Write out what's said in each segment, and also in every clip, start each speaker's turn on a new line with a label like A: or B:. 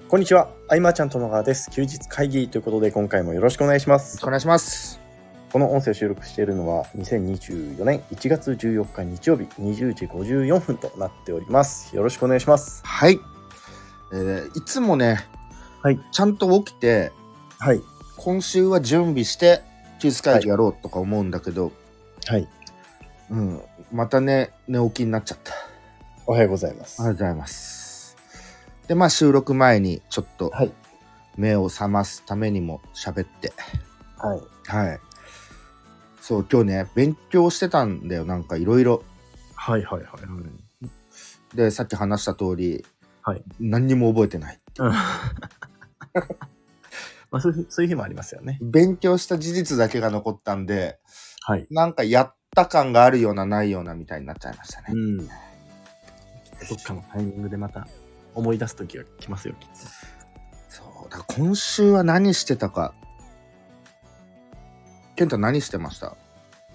A: こんにちは、あいまーちゃんと野川です。休日会議ということで今回もよろしくお願いします。
B: お願いします。
A: この音声を収録しているのは2024年1月14日日曜日20時54分となっております。よろしくお願いします。
B: はい。いつもね、
A: はい。
B: ちゃんと起きて、
A: はい。
B: 今週は準備して休日会議やろうとか思うんだけど、
A: はい。
B: またね、寝起きになっちゃった。
A: おはようございます。
B: おはようございます。で、まあ収録前にちょっと
A: はい。
B: 目を覚ますためにも喋って、
A: はい。
B: はい。そう、今日ね、勉強してたんだよ、なんかいろいろ。
A: はいはいはい。
B: で、さっき話した通り、
A: はい。
B: 何にも覚えてない。
A: まあ、そういう日もありますよね。
B: 勉強した事実だけが残ったんで、
A: はい。
B: なんかやった感があるようなないようなみたいになっちゃいましたね。
A: どっかのタイミングでまた思い出す時が来ますよ、きっと。
B: そうだ、今週は何してたか。ケンタ何してました？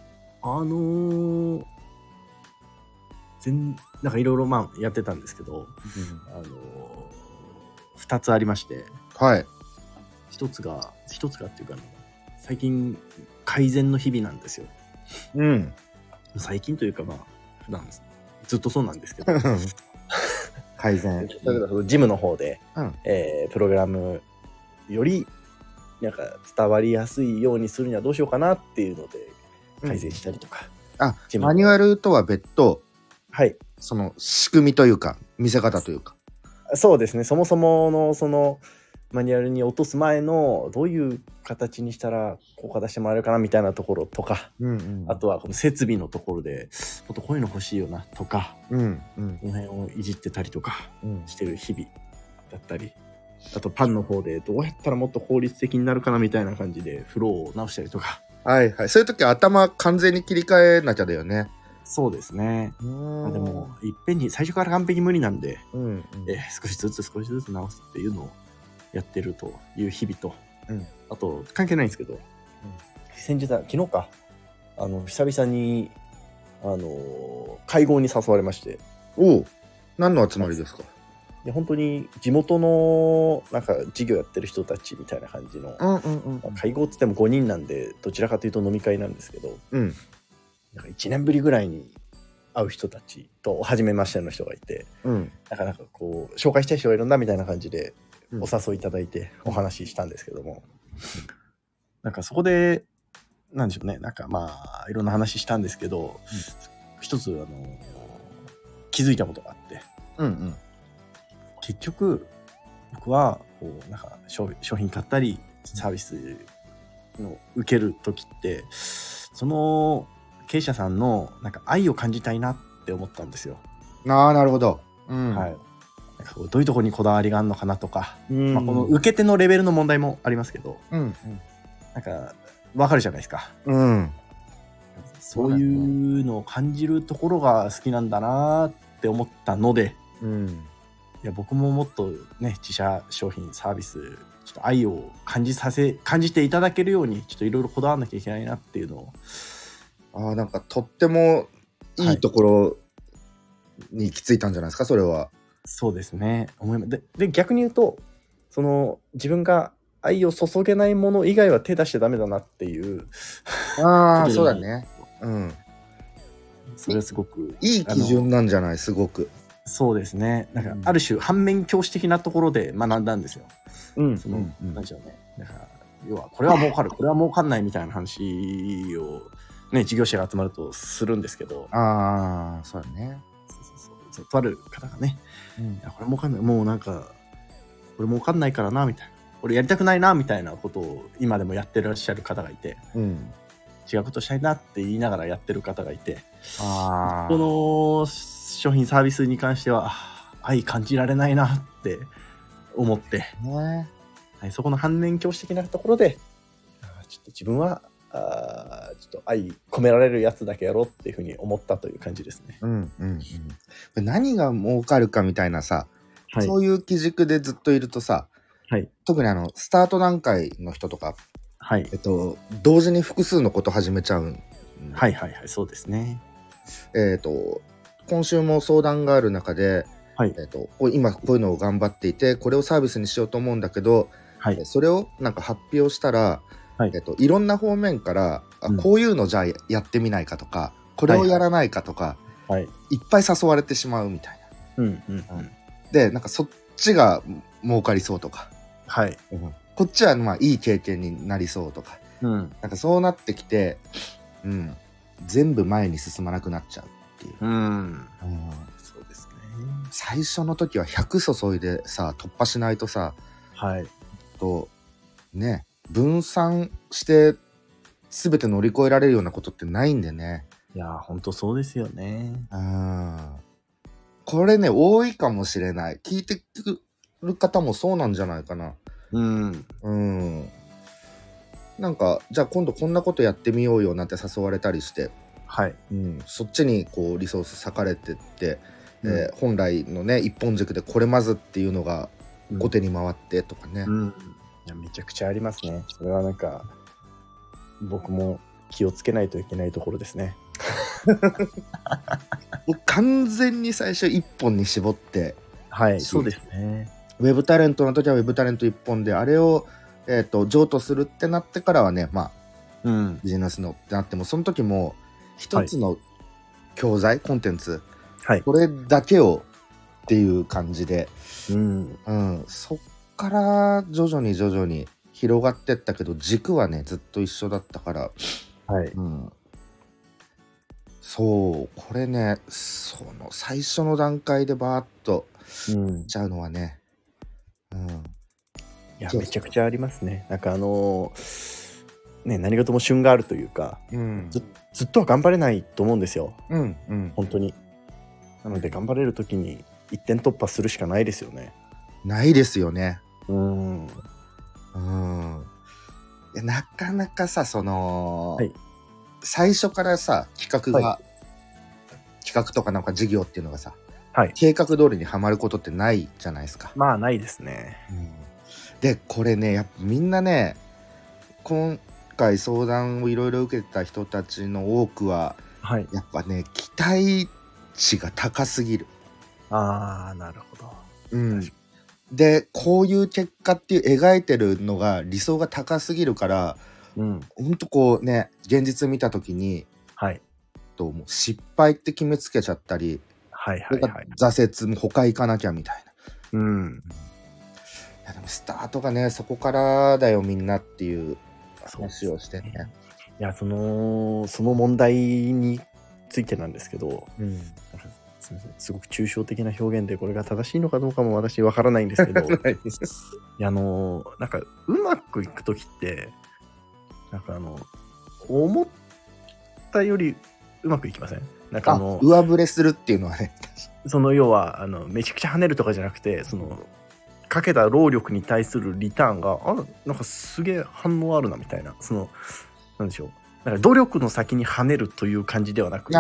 A: なんかいろいろやってたんですけど、2つありまして、
B: はい。
A: 一つがっていうか、最近改善の日々なんですよ。最近というか普段ずっとそうなんですけど
B: 改善。
A: 例えばそのジムの方で、プログラムよりなんか伝わりやすいようにするにはどうしようかなっていうので改善したりとか、
B: マニュアルとは別途、
A: はい、
B: その仕組みというか見せ方というか、
A: そうですね、そもそものそのマニュアルに落とす前のどういう形にしたら効果出してもらえるかなみたいなところとか、あとはこの設備のところでもっとこういうの欲しいよなとか、この辺をいじってたりとかしてる日々だったり、あとパンの方でどうやったらもっと効率的になるかなみたいな感じでフローを直したりとか。
B: はいはい。そういう時は頭完全に切り替えなきゃだよね。
A: そうですね。でもいっぺんに最初から完璧無理なんで、少しずつ直すっていうのをやってるという日々と、あと関係ないんですけど、昨日か久々に会合に誘われまして。
B: 何の集まりですか？
A: 本当に地元のなんか事業やってる人たちみたいな感じの、会合っつっても5人なんでどちらかというと飲み会なんですけど、なんか1年ぶりぐらいに会う人たちと初めましての人がいて、なかなかこう紹介したい人がいるんだみたいな感じでお誘いいただいてお話ししたんですけども、なんかそこでなんでしょうね、なんかいろんな話したんですけど、一つ気づいたことがあって、結局僕はこうなんか商品買ったりサービスの受ける時ってその経営者さんのなんか愛を感じたいなって思ったんですよ。
B: なるほど。
A: はい。なんかどういうところにこだわりがあるのかなとか、この受け手のレベルの問題もありますけど、なんか分かるじゃないですか。そういうのを感じるところが好きなんだなって思ったので、いや僕ももっとね、自社商品サービスちょっと愛を感じていただけるようにちょっといろいろこだわらなきゃいけないなっていうのを。
B: なんかとってもいいところに行き着いたんじゃないですか、それは。
A: そうですね。で逆に言うと、その自分が愛を注げないもの以外は手出しちゃダメだなっていう
B: そうだね。
A: それはすごく
B: いい基準なんじゃない？すごく。
A: そうですね。なんかある種反面教師的なところで学んだんですよ。なんでしょうね。だから要はこれは儲かる、これは儲かんないみたいな話をね、事業者が集まるとするんですけど。
B: そうだね。
A: そうとある方がね、これ儲かんない、もうなんかこれ儲かんないからなみたいな、これやりたくないなみたいなことを今でもやってらっしゃる方がいて、違うことしたいなって言いながらやってる方がいて、この商品サービスに関しては愛感じられないなって思って、そこの反面教師的なところでちょっと自分はちょっと愛込められるやつだけやろうっていうふうに思ったという感じですね。
B: 何が儲かるかみたいなさ、そういう基軸でずっといるとさ、特にスタート段階の人とか、同時に複数のこと始めちゃう。そうですね。
A: 今
B: 今週も相談がある中で、 今こういうのを頑張っていて、これをサービスにしようと思うんだけど、それをなんか発表したら、いろんな方面から、こういうのじゃあやってみないかとか、これをやらないかとか、いっぱい誘われてしまうみたいな。で、なんかそっちが儲かりそうとか、こっちはまあいい経験になりそうとか、なんかそうなってきて、全部前に進まなくなっちゃうっていう。
A: そうですね。
B: 最初の時は100注いでさ、突破しないとさ、ね、分散して全て乗り越えられるようなことってないんでね。
A: いやー、ほんとそうですよね。
B: これね、多いかもしれない。聞いてくる方もそうなんじゃないかな。なんか、じゃあ今度こんなことやってみようよなんて誘われたりして、そっちにこうリソース割かれてって、本来のね、一本軸でこれまずっていうのが後手に回ってとかね。
A: いや、めちゃくちゃありますね。それはなんか、僕も気をつけないといけないところですね。
B: 完全に最初一本に絞って、
A: そうですね。
B: ウェブタレントの時はウェブタレント一本で、あれを、譲渡するってなってからはね、まあ、ビジネスのってなっても、その時も一つの教材、コンテンツ、これだけをっていう感じで、そっから徐々に広がってったけど、軸はねずっと一緒だったから、そう、これね、その最初の段階でバーッといっちゃうのはね、
A: いや、めちゃくちゃありますね。なんか何事も旬があるというか、ずっとは頑張れないと思うんですよ。本当に。なので頑張れる時に一点突破するしかないですよね。
B: ないですよね。なかなかさ、その、最初からさ、企画とかなんか事業っていうのがさ、計画通りにはまることってないじゃないですか。
A: まあないですね。
B: で、これね、やっぱみんなね、今回相談をいろいろ受けた人たちの多くは、やっぱね、期待値が高すぎる。
A: なるほど。
B: で、こういう結果っていう描いてるのが理想が高すぎるから、ほんとこうね、現実見た時に、もう失敗って決めつけちゃったり、挫折も他行かなきゃみたいな。いやでもスタートがね、そこからだよみんなっていう話をしてね。
A: いや、その問題についてなんですけど、すごく抽象的な表現でこれが正しいのかどうかも私わからないんですけど、いやなんかうまくいく時ってなんか思ったよりうまくいきません？なんか
B: 上振れするっていうのはね、
A: その要はめちゃくちゃ跳ねるとかじゃなくて、そのかけた労力に対するリターンがなんかすげえ反応あるなみたいな、そのなんでしょう、なんか努力の先に跳ねるという感じではなく、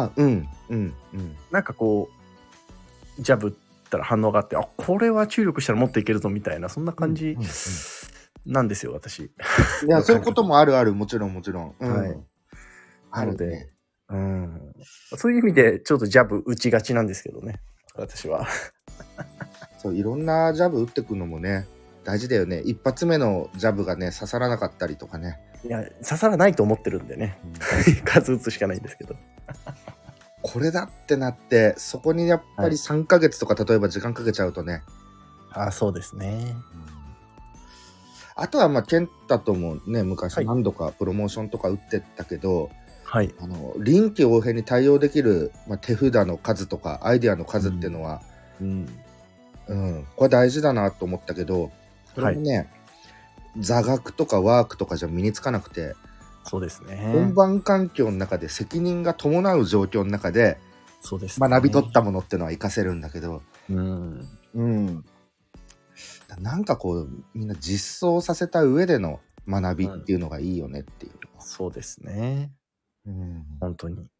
A: なんかこうジャブったら反応があって、これは注力したらもっといけるぞみたいな、そんな感じなんですよ、私。
B: いやそういうこともあるもちろん、
A: あるで、そういう意味でちょっとジャブ打ちがちなんですけどね、私は。
B: そういろんなジャブ打ってくのもね大事だよね。一発目のジャブがね刺さらなかったりとかね。
A: いや刺さらないと思ってるんでね、数打つしかないんですけど。
B: これだってなってそこにやっぱり3ヶ月とか例えば時間かけちゃうとね。
A: そうですね。
B: あとはまあ健太ともね昔何度かプロモーションとか打ってったけど、臨機応変に対応できる、手札の数とかアイデアの数っていうのは、これ大事だなと思ったけど、これもね、座学とかワークとかじゃ身につかなくて、
A: そうですね、
B: 本番環境の中で責任が伴う状況の中で
A: そうですね、
B: 学び取ったものっていうのは活かせるんだけど、なんかこうみんな実装させた上での学びっていうのがいいよねっていう、
A: そうですね、本当に。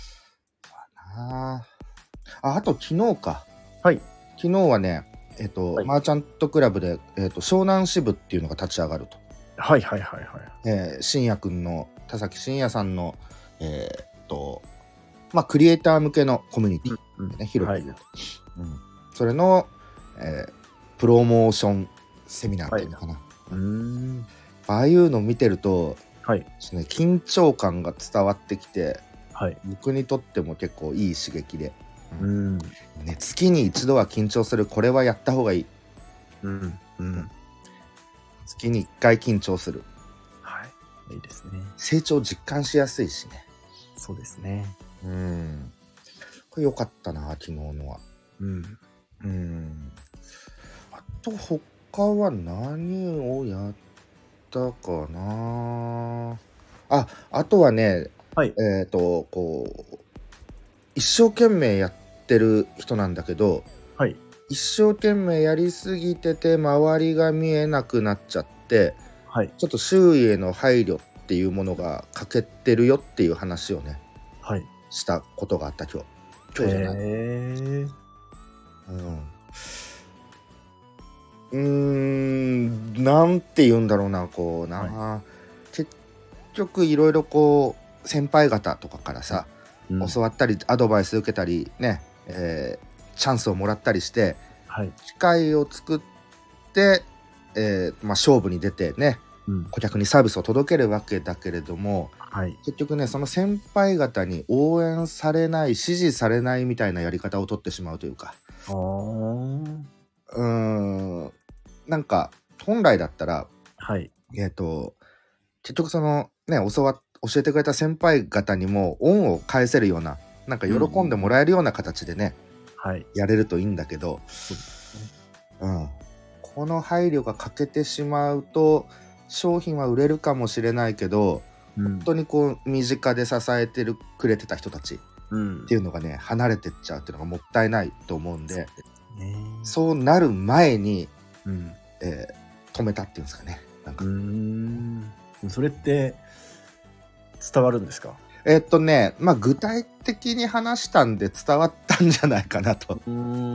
B: あと昨日か、
A: 昨
B: 日はねマーチャントクラブで、湘南支部っていうのが立ち上がると。信也くんの田崎信也さんのクリエイター向けのコミュニティでね、広く言うと、 それの、プロモーションセミナーっていうのかな、ああいうのを見てると、緊張感が伝わってきて、僕にとっても結構いい刺激で、月に一度は緊張する、これはやった方がいい、月に1回緊張する、
A: いいですね。
B: 成長実感しやすいしね。
A: そうですね。
B: これ良かったな、昨日のは。あと他は何をやったかなあとはね、こう一生懸命やってる人なんだけど、一生懸命やりすぎてて周りが見えなくなっちゃって、ちょっと周囲への配慮っていうものが欠けてるよっていう話をね、したことがあった今日じゃない。なんて言うんだろうな、こうな、結局いろいろこう先輩方とかからさ、教わったりアドバイス受けたりね、チャンスをもらったりして、機会を作って、勝負に出てね、顧客にサービスを届けるわけだけれども、結局ね、その先輩方に応援されない、支持されないみたいなやり方を取ってしまうというか、なんか本来だったら、結局そのね、教えてくれた先輩方にも恩を返せるような、なんか喜んでもらえるような形でね、やれるといいんだけど、この配慮が欠けてしまうと商品は売れるかもしれないけど、本当にこう身近で支えてくれてた人たちっていうのがね、離れてっちゃうっていうのがもったいないと思うんで、そうなる前に、止めたっていうんですかね。なんか
A: それって伝わるんですか？
B: 具体的に話したんで伝わったんじゃないかなと。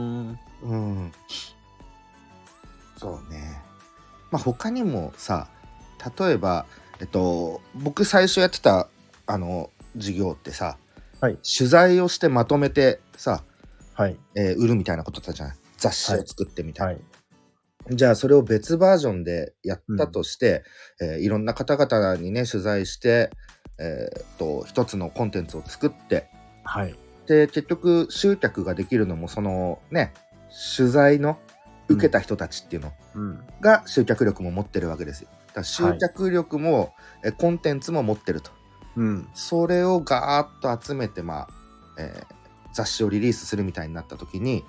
B: そうね。他にもさ、例えば僕最初やってた事業ってさ、取材をしてまとめてさ、売るみたいなことだったじゃない。雑誌を作ってみたいな。じゃあそれを別バージョンでやったとして、いろんな方々にね取材して、一つのコンテンツを作って、で結局集客ができるのもそのね、取材の受けた人たちっていうのが集客力も持ってるわけですよ。だから集客力も、コンテンツも持ってると、それをガーッと集めて、雑誌をリリースするみたいになった時に、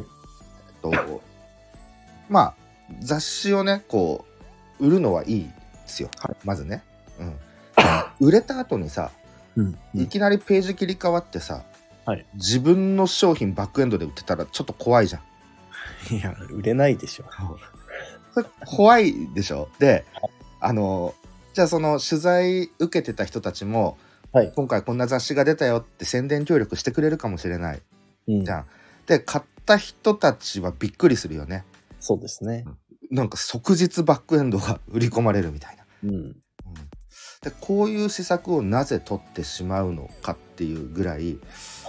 B: 雑誌をねこう売るのはいいですよ、まずね、売れた後にさ、いきなりページ切り替わってさ、自分の商品バックエンドで売ってたらちょっと怖いじゃん。
A: いや、売れないでしょ。
B: 怖いでしょ。で、じゃあその取材受けてた人たちも、今回こんな雑誌が出たよって宣伝協力してくれるかもしれない、じゃん。で、買った人たちはびっくりするよね。
A: そうですね。
B: なんか即日バックエンドが売り込まれるみたいな。でこういう施策をなぜ取ってしまうのかっていうぐらい、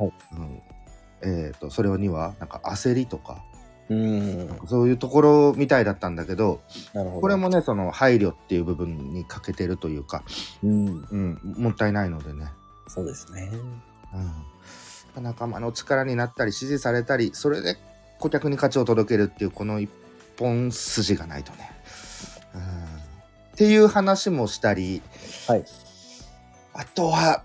B: それにはなんか焦りとか、そういうところみたいだったんだけど、これもねその配慮っていう部分に欠けてるというか、もったいないのでね。
A: そうですね。
B: 仲間の力になったり支持されたり、それで顧客に価値を届けるっていうこの一本筋がないとね、っていう話もしたり、あとは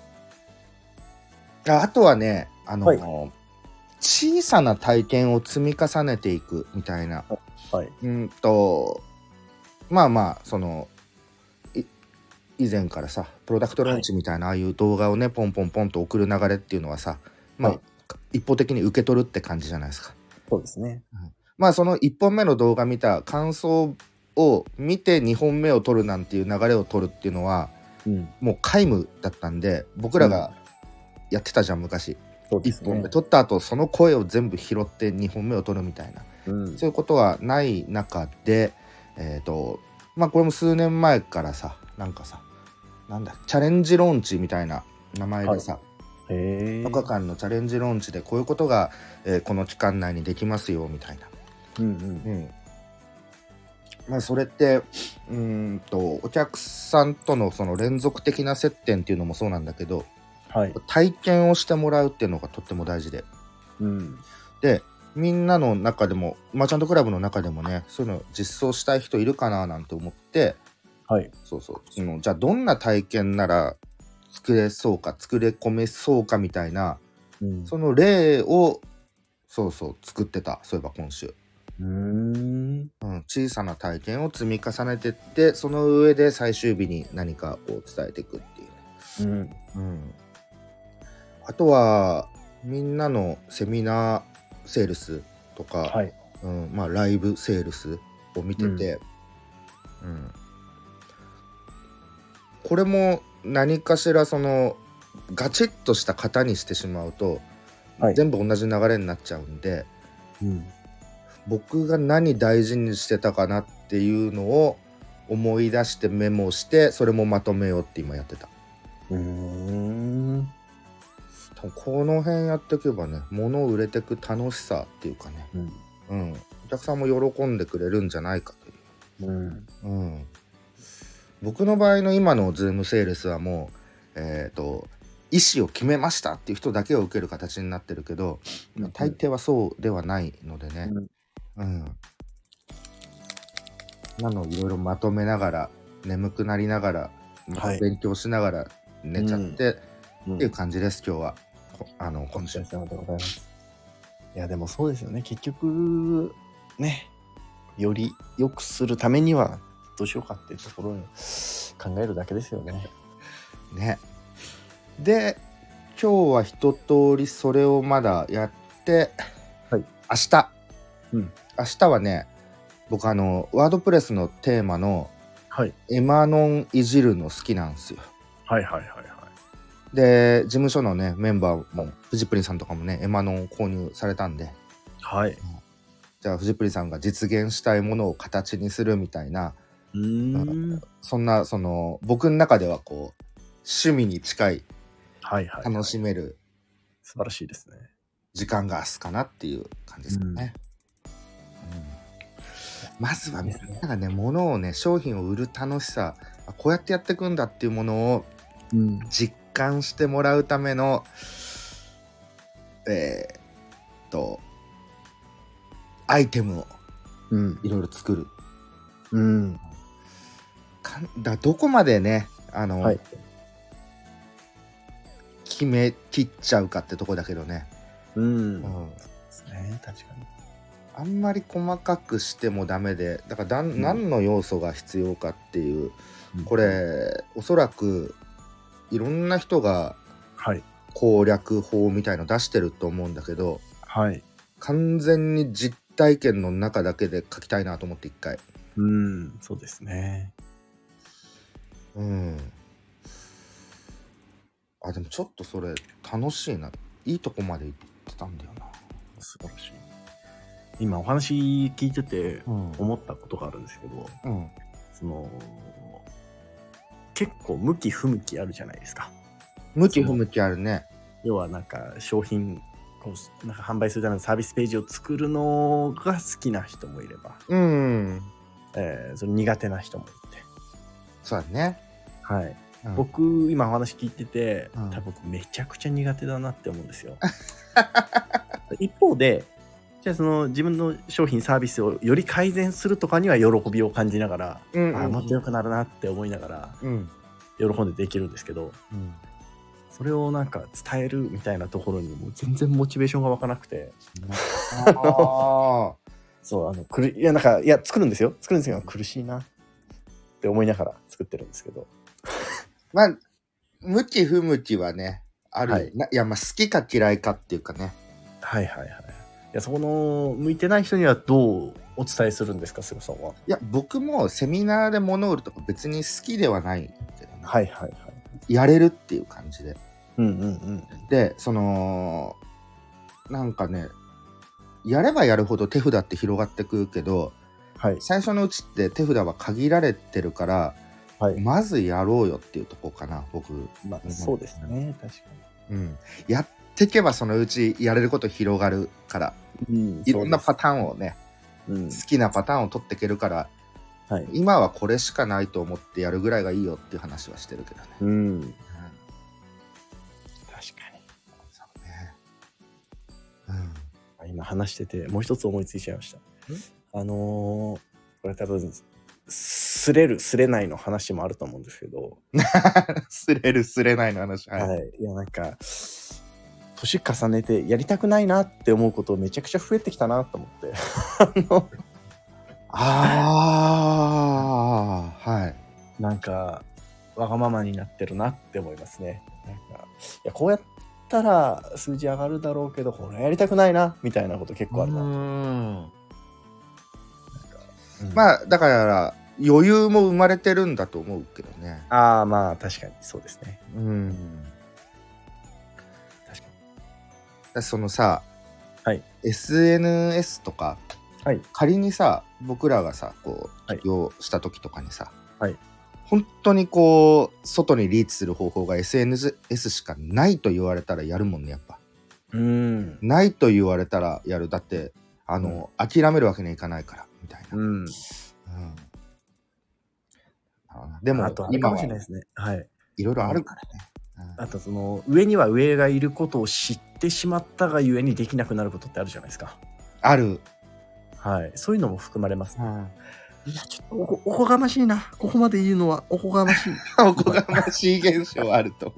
B: ね、小さな体験を積み重ねていくみたいな、その以前からさプロダクトローンチみたいな、ああいう動画をねポンポンポンと送る流れっていうのはさ、一方的に受け取るって感じじゃないですか。
A: そうですね。
B: その1本目の動画見た感想を見て2本目を撮るなんていう流れを取るっていうのは、もう皆無だったんで、僕らがやってたじゃん昔。1本目撮った後その声を全部拾って2本目を撮るみたいな、そういうことはない中で、これも数年前からさ、なんだチャレンジローンチみたいな名前でさ、 10日間のチャレンジローンチでこういうことが、この期間内にできますよみたいな。まあそれってお客さんとのその連続的な接点っていうのもそうなんだけど、体験をしてもらうっていうのがとっても大事で、でみんなの中でもマーチャントクラブの中でもね、そういうの実装したい人いるかななんて思って、じゃあどんな体験なら作れそうか作れ込めそうかみたいな、その例を作ってた。そういえば今週小さな体験を積み重ねてって、その上で最終日に何かを伝えていくっていう、あとはみんなのセミナーセールスとか、まあライブセールスを見てて、これも何かしらそのガチッとした型にしてしまうと、全部同じ流れになっちゃうんで、僕が何大事にしてたかなっていうのを思い出してメモして、それもまとめようって今やってた。この辺やっていけばね、物を売れてく楽しさっていうかね、お客さんも喜んでくれるんじゃないかという、僕の場合の今のズームセールスはもう意思を決めましたっていう人だけを受ける形になってるけど、大抵はそうではないのでね、なのいろいろまとめながら、眠くなりながら、また勉強しながら寝ちゃって、っていう感じです。今日は今週。
A: ありがとうございます。いやでもそうですよね。結局ね、より良くするためにはどうしようかっていうところを考えるだけですよね。
B: で今日は一通りそれをまだやって、明日はね、僕ワードプレスのテーマの、エマノンいじるの好きなんですよ。で事務所のねメンバーもフジプリンさんとかもねエマノンを購入されたんで、じゃあフジプリンさんが実現したいものを形にするみたいな、そんなその僕の中ではこう趣味に近い、楽しめる
A: 素晴らしいですね
B: 時間が明日かなっていう感じですかね。まずはみんながね、物をね、商品を売る楽しさ、こうやってやっていくんだっていうものを実感してもらうためのアイテムをいろいろ作る。だどこまでね決めきっちゃうかってとこだけどね。
A: ですね、確かに。
B: あんまり細かくしてもダメで、だから何の要素が必要かっていう、これおそらくいろんな人が攻略法みたいの出してると思うんだけど、完全に実体験の中だけで書きたいなと思って一回。
A: そうですね。
B: でもちょっとそれ楽しいな。いいとこまで行ってたんだよな。
A: 素晴らしい。今お話聞いてて思ったことがあるんですけど、その結構向き不向きあるじゃないですか。
B: 向き不向きあるね。
A: 要はなんか商品なんか販売するためのサービスページを作るのが好きな人もいれば、それ苦手な人もいて。
B: そうだね。
A: 僕今お話聞いてて、多分めちゃくちゃ苦手だなって思うんですよ。一方でじゃあその自分の商品サービスをより改善するとかには喜びを感じながら、もっと良くなるなって思いながら、喜んでできるんですけど、それをなんか伝えるみたいなところにもう全然モチベーションが湧かなくて、そういや作るんですよが苦しいなって思いながら作ってるんですけど、
B: まあ向き不向きはねある、いやまあ好きか嫌いかっていうかね。
A: いやその向いてない人にはどうお伝えするんですか、菅さんは。
B: いや僕もセミナーで物を売るとか別に好きではないけどね。やれるっていう感じで。でそのなんかね、やればやるほど手札って広がってくるけど、最初のうちって手札は限られてるから、まずやろうよっていうとこかな僕。
A: そうですね、確か
B: やっていけばそのうちやれること広がるから、いろんなパターンをね、好きなパターンを取っていけるから、今はこれしかないと思ってやるぐらいがいいよっていう話はしてるけどね。確かに。
A: そうね。今話しててもう一つ思いついちゃいました。これ多分すれるすれないの話もあると思うんですけど
B: すれるすれないの話、
A: いやなんか年重ねてやりたくないなって思うことめちゃくちゃ増えてきたなと思ってなんかわがままになってるなって思いますね。なんかいやこうやったら数字上がるだろうけどこれやりたくないなみたいなこと結構あるな。
B: まあだから余裕も生まれてるんだと思うけどね。
A: まあ確かにそうですね。
B: 確かに。そのさ、SNS とか、仮にさ僕らがさこう起業した時とかにさ、本当にこう外にリーチする方法が SNS しかないと言われたらやるもんねやっぱ。ないと言われたらやる。だって諦めるわけにはいかないからみたいな。でも今はね、いろいろあるからね。
A: あとその上には上がいることを知ってしまったがゆえにできなくなることってあるじゃないですか。
B: ある。
A: そういうのも含まれます。いやちょっとおこがましいな。ここまで言うのはおこがましい。
B: おこがましい現象あると思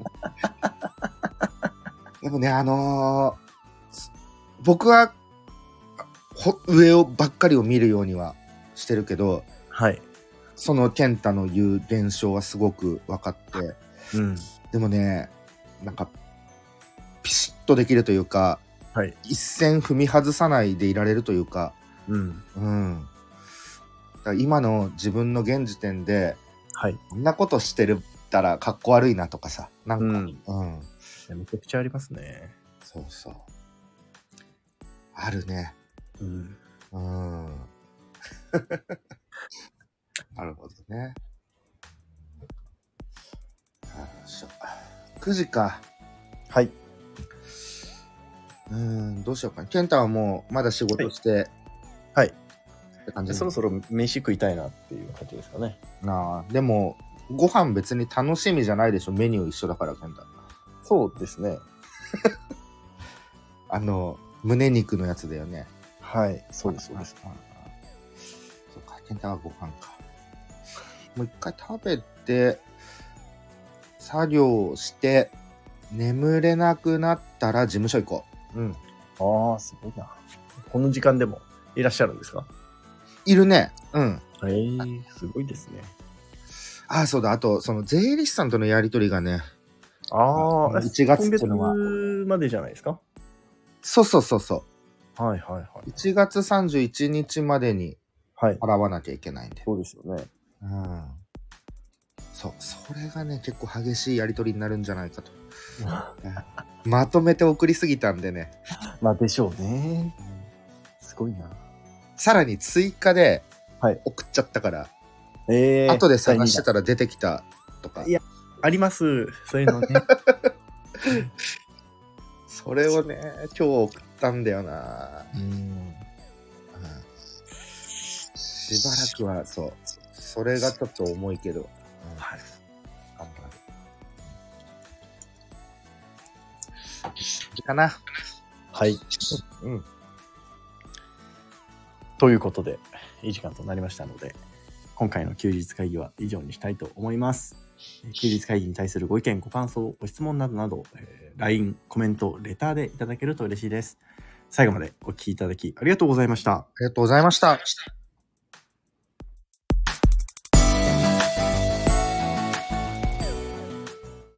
B: う。でもね僕は上をばっかりを見るようにはしてるけど、その健太の言う現象はすごく分かって、でもねなんかピシッとできるというか、一線踏み外さないでいられるというか、だから今の自分の現時点で、こんなことしてるたらかっこ悪いなとかさ、なんか、
A: めちゃくちゃありますね。
B: そうそうあるね。なるほどね。9時か。どうしようかな。健太はもうまだ仕事して、
A: そろそろ飯食いたいなっていう感じですかね。
B: でもご飯別に楽しみじゃないでしょ。メニュー一緒だから健太。
A: そうですね。
B: 胸肉のやつだよね。
A: そうですそうです。
B: そうか、健太はご飯か。もう一回食べて作業して眠れなくなったら事務所行こ
A: う。すごいな。この時間でもいらっしゃるんですか？
B: いるね。
A: すごいですね。
B: そうだ。あとその税理士さんとのやり取りがね。
A: 1月っていうのは今月までじゃないですか？
B: そう。
A: 1
B: 月31日までに払わなきゃいけないんで。
A: そうですよね。
B: それがね結構激しいやり取りになるんじゃないかと。まとめて送りすぎたんでね。
A: でしょうね。すごいな。
B: さらに追加で送っちゃったから、後で探してたら出てきたとか。
A: いやありますそういうのね。
B: それをね今日送ったんだよな。しばらくはそれがちょっと重いけど、頑張るかな。
A: ということでいい時間となりましたので、今回の休日会議は以上にしたいと思います。休日会議に対するご意見、ご感想、ご質問など、LINE、コメント、レターでいただけると嬉しいです。最後までお聞きいただきありがとうございました。
B: ありがとうございました。